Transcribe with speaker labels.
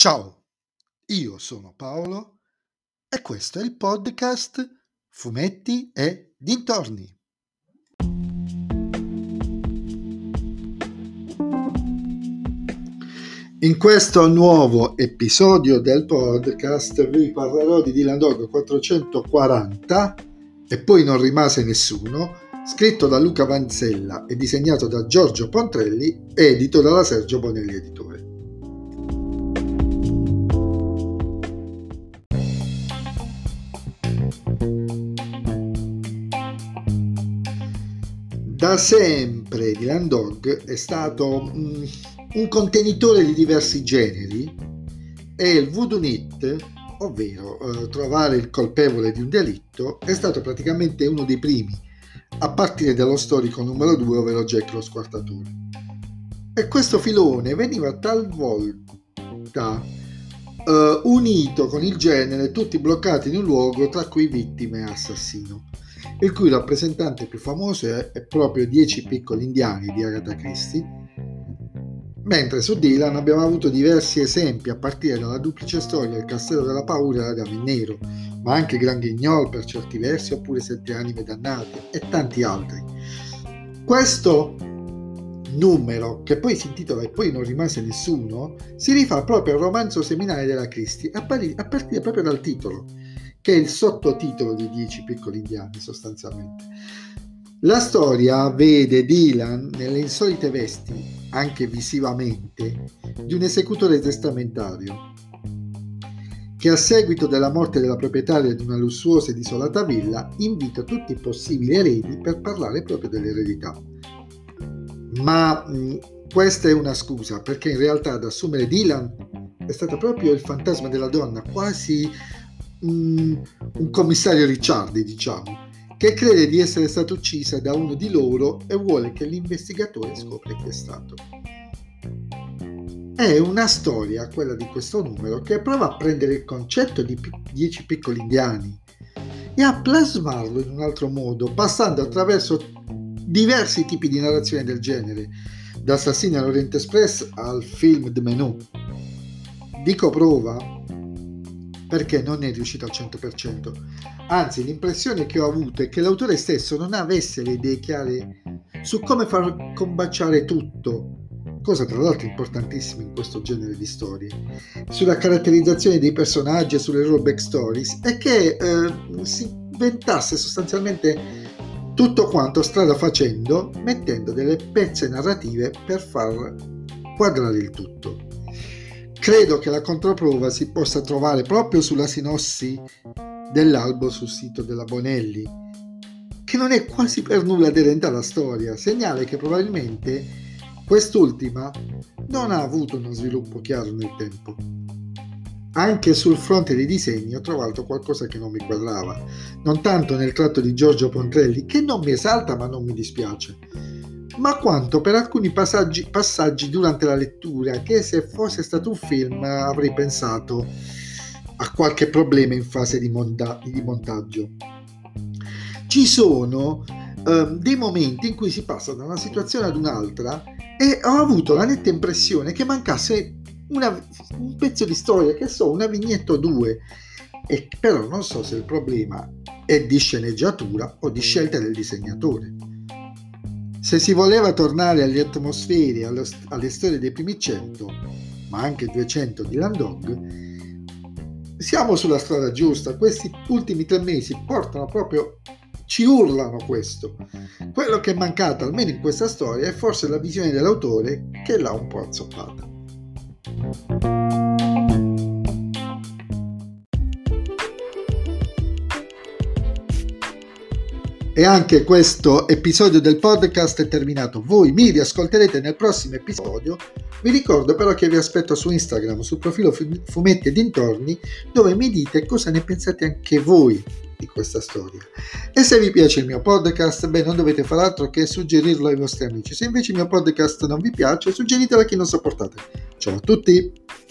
Speaker 1: Ciao, io sono Paolo e questo è il podcast Fumetti e Dintorni. In questo nuovo episodio del podcast vi parlerò di Dylan Dog 440 e poi non rimase nessuno, scritto da Luca Vanzella e disegnato da Giorgio Pontrelli, edito dalla Sergio Bonelli Editore. Da sempre Dylan Dog è stato un contenitore di diversi generi e il whodunit, ovvero trovare il colpevole di un delitto, è stato praticamente uno dei primi, a partire dallo storico numero 2, ovvero Jack lo Squartatore. E questo filone veniva talvolta unito con il genere, tutti bloccati in un luogo, tra cui vittime e assassino, il cui rappresentante più famoso è proprio 10 piccoli indiani di Agatha Christie, mentre su Dylan abbiamo avuto diversi esempi, a partire dalla duplice storia Il Castello della Paura e La Dama in Nero, ma anche Gran Guignol per certi versi, oppure Sette Anime Dannate e tanti altri. Questo numero, che poi si intitola E poi non rimase nessuno, si rifà proprio al romanzo seminale della Christie, a partire proprio dal titolo, che è il sottotitolo di 10 piccoli indiani sostanzialmente. La storia vede Dylan nelle insolite vesti, anche visivamente, di un esecutore testamentario che, a seguito della morte della proprietaria di una lussuosa ed isolata villa, invita tutti i possibili eredi per parlare proprio dell'eredità. Ma questa è una scusa, perché in realtà ad assumere Dylan è stato proprio il fantasma della donna, quasi un commissario Ricciardi, diciamo, che crede di essere stata uccisa da uno di loro e vuole che l'investigatore scopra chi è stato. È una storia, quella di questo numero, che prova a prendere il concetto di 10 piccoli indiani e a plasmarlo in un altro modo, passando attraverso diversi tipi di narrazione del genere, da Assassini all'Orient Express al film The Menu. Dico prova perché non è riuscito al 100%, anzi l'impressione che ho avuto è che l'autore stesso non avesse le idee chiare su come far combaciare tutto, cosa tra l'altro importantissima in questo genere di storie, sulla caratterizzazione dei personaggi e sulle loro backstories, e che si inventasse sostanzialmente tutto quanto strada facendo, mettendo delle pezze narrative per far quadrare il tutto. Credo che la controprova si possa trovare proprio sulla sinossi dell'albo sul sito della Bonelli, che non è quasi per nulla aderente alla storia, segnale che probabilmente quest'ultima non ha avuto uno sviluppo chiaro nel tempo. Anche sul fronte dei disegni ho trovato qualcosa che non mi quadrava, non tanto nel tratto di Giorgio Pontrelli, che non mi esalta ma non mi dispiace, ma quanto per alcuni passaggi durante la lettura, che se fosse stato un film avrei pensato a qualche problema in fase di montaggio. Ci sono dei momenti in cui si passa da una situazione ad un'altra e ho avuto la netta impressione che mancasse un pezzo di storia, che so, una vignetta o due, e però non so se il problema è di sceneggiatura o di scelta del disegnatore. Se si voleva tornare alle atmosfere, alle storie dei primi 100, ma anche 200 di Dylan Dog, siamo sulla strada giusta. Questi ultimi 3 mesi ci urlano questo. Quello che è mancato, almeno in questa storia, è forse la visione dell'autore, che l'ha un po' azzoppata. E anche questo episodio del podcast è terminato. Voi mi riascolterete nel prossimo episodio. Vi ricordo però che vi aspetto su Instagram, sul profilo Fumetti e Dintorni, dove mi dite cosa ne pensate anche voi di questa storia. E se vi piace il mio podcast, non dovete fare altro che suggerirlo ai vostri amici. Se invece il mio podcast non vi piace, suggeritelo a chi non sopportate. Ciao a tutti!